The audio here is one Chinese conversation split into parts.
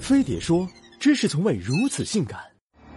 飞碟说，知识从未如此性感。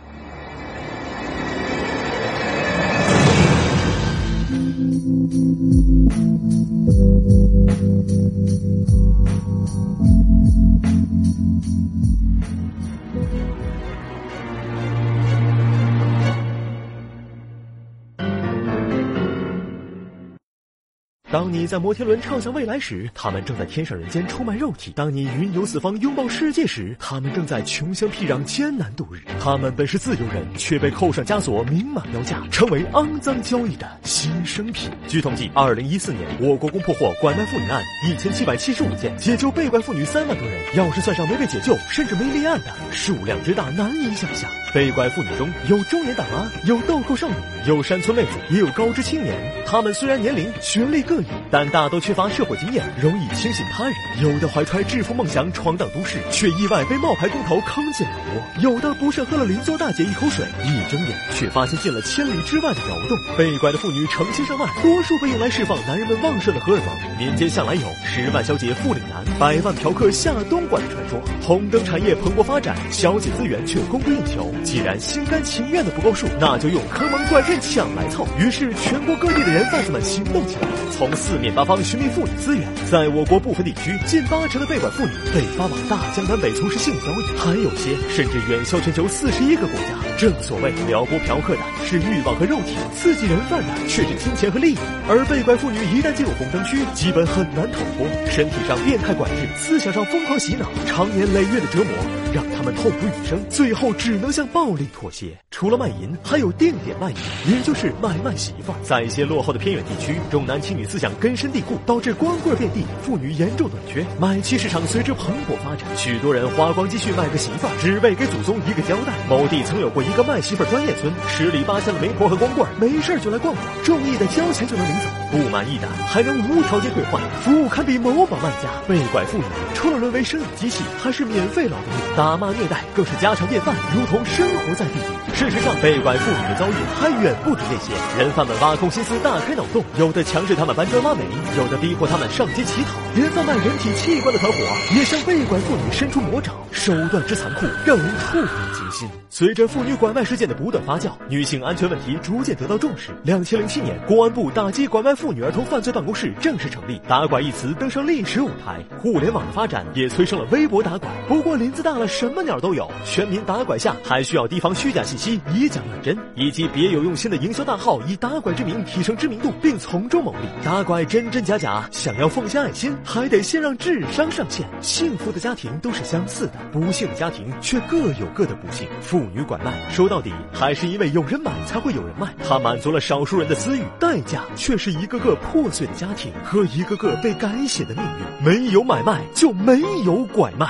当你在摩天轮畅想未来时，他们正在天上人间出卖肉体；当你云游四方拥抱世界时，他们正在穷乡僻壤艰难度日。他们本是自由人，却被扣上枷锁，明码标价，成为肮脏交易的牺牲品。据统计，2014年我国共破获拐卖妇女案1775件，解救被拐妇女3万多人。要是算上没被解救甚至没立案的，数量之大难以想象。被拐妇女中有中年大妈，有豆蔻少女，有山村妹子，也有高知青年。他们虽然年龄、学历各异，但大都缺乏社会经验，容易轻信他人。有的怀揣致富梦想闯荡都市，却意外被冒牌工头坑进老窝；有的不慎喝了邻座大姐一口水，一睁眼却发现进了千里之外的窑洞。被拐的妇女成千上万，多数被用来释放男人们旺盛的荷尔蒙。民间向来有10万小姐赴岭南，100万嫖客下东莞的传说。红灯产业蓬勃发展，小姐资源却供不应求。既然心甘情愿的不够数，那就用坑蒙拐骗抢来凑。于是全国各地的人贩子们行动起来，从4面8方寻觅妇女资源。在我国部分地区，近80%的被拐妇女被发往大江南北从事性交易，还有些甚至远销全球41个国家。正所谓撩拨嫖客的是欲望和肉体，刺激人贩的却是金钱和利益。而被拐妇女一旦进入红灯区，基本很难逃脱。身体上变态管制，思想上疯狂洗脑，长年累月的折磨让他们痛不欲生，最后只能向暴力妥协。除了卖淫，还有定点卖淫，也就是买卖媳妇儿。在一些落后的偏远地区，重男轻女思想根深蒂固，导致光棍遍地，妇女严重短缺，买妻市场随之蓬勃发展。许多人花光积蓄买个媳妇儿，只为给祖宗一个交代。某地曾有过一个卖媳妇儿专业村，10里8乡的媒婆和光棍没事就来逛逛，中意的交钱就能领走，不满意的还能无条件兑换，服务堪比某宝卖家。被拐妇女除了沦为生意机器，还是免费劳动力，打骂虐待更是家常便饭，如同生活在地狱。事实上，被拐妇女的遭遇还远不止这些。人贩们挖空心思，大开脑洞，有的强制他们搬砖挖煤，有的逼迫他们上街乞讨，连贩卖人体器官的团伙也向被拐妇女伸出魔爪，手段之残酷让人触目惊心。随着妇女拐卖事件的不断发酵，女性安全问题逐渐得到重视。2007年，公安部打击拐卖妇女儿童犯罪办公室正式成立，打拐一词登上历史舞台。互联网的发展也催生了微博打拐。不过林子大了，什么鸟都有，全民打拐下还需要提防虚假信息，以假乱真，以及别有用心的营销大号以打拐之名提升知名度，并从中牟利。打拐真真假假，想要奉献爱心，还得先让智商上线。幸福的家庭都是相似的，不幸的家庭却各有各的不幸。妇女拐卖说到底还是因为有人买才会有人卖，它满足了少数人的私欲，代价却是一个个破碎的家庭和一个个被改写的命运。没有买卖就没有拐卖。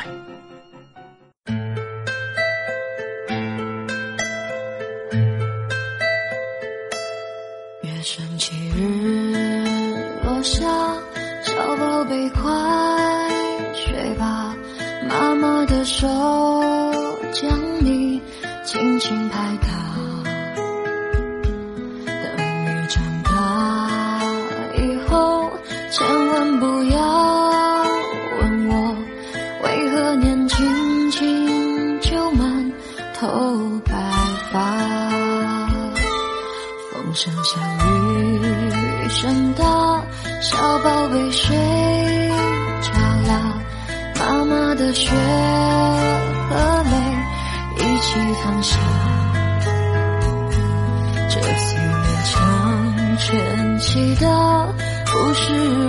月升起，日落下，小宝贝快睡吧，妈妈的手将你轻轻拍打。等你长大以后，千万不要问我为何年轻轻就满头白发。风声响，雨声大，小宝贝睡着啦，妈妈的血和泪一起淌下。这4面墙圈起的不是